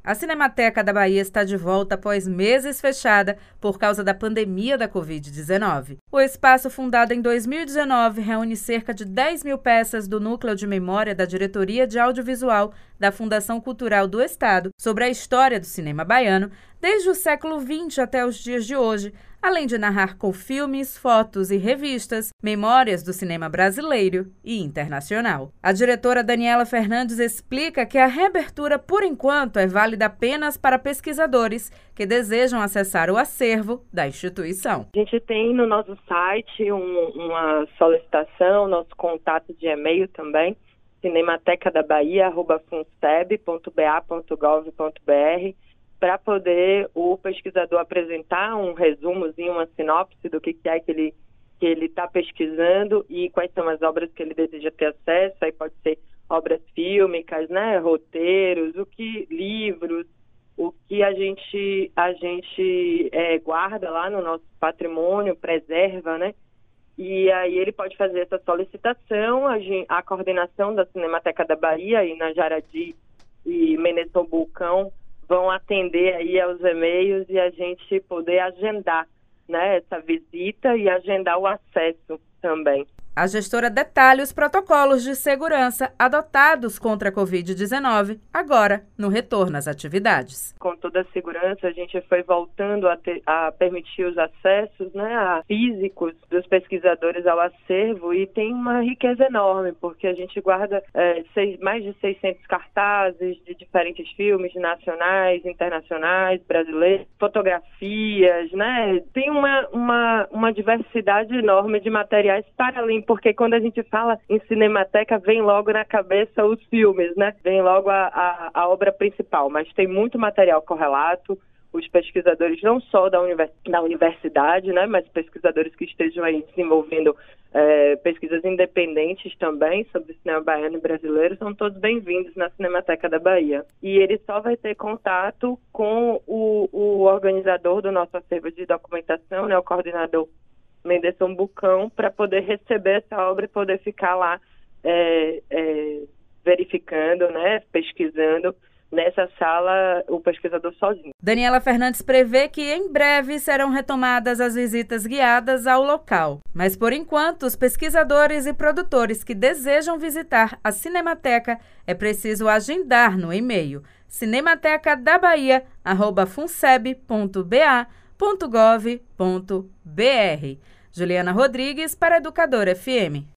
A Cinemateca da Bahia está de volta após meses fechada por causa da pandemia da Covid-19. O espaço, fundado em 2019, reúne cerca de 10 mil peças do Núcleo de Memória da Diretoria de Audiovisual da Fundação Cultural do Estado sobre a história do cinema baiano, desde o século XX até os dias de hoje, além de narrar com filmes, fotos e revistas memórias do cinema brasileiro e internacional. A diretora Daniela Fernandes explica que a reabertura, por enquanto, é válida apenas para pesquisadores que desejam acessar o acervo da instituição. A gente tem no nosso site uma solicitação, nosso contato de e-mail também, cinematecadaBahia@funseb.ba.gov.br, para poder o pesquisador apresentar um resumozinho, uma sinopse do que é que ele está pesquisando e quais são as obras que ele deseja ter acesso. Aí pode ser obras fílmicas, né, roteiros, livros, o que a gente guarda lá no nosso patrimônio, preserva, né? E aí ele pode fazer essa solicitação. A coordenação da Cinemateca da Bahia e na Jaradi e Meneton Bulcão vão atender aí aos e-mails e a gente poder agendar, né, essa visita e agendar o acesso também. A gestora detalha os protocolos de segurança adotados contra a Covid-19, agora no retorno às atividades. Com toda a segurança, a gente foi voltando a permitir os acessos, né, físicos dos pesquisadores ao acervo, e tem uma riqueza enorme, porque a gente guarda mais de 600 cartazes de diferentes filmes nacionais, internacionais, brasileiros, fotografias, né? Tem uma diversidade enorme de materiais para além, porque quando a gente fala em cinemateca, vem logo na cabeça os filmes, né? Vem logo a obra principal, mas tem muito material correlato. Os pesquisadores não só da universidade, né, mas pesquisadores que estejam aí desenvolvendo pesquisas independentes também sobre o cinema baiano e brasileiro, são todos bem-vindos na Cinemateca da Bahia. E ele só vai ter contato com o organizador do nosso acervo de documentação, né, o coordenador Meneton Bulcão, para poder receber essa obra e poder ficar lá verificando, né, pesquisando nessa sala, o pesquisador sozinho. Daniela Fernandes prevê que em breve serão retomadas as visitas guiadas ao local. Mas, por enquanto, os pesquisadores e produtores que desejam visitar a Cinemateca é preciso agendar no e-mail cinematecadabahia@funseb.ba.gov.br. Juliana Rodrigues para Educadora FM.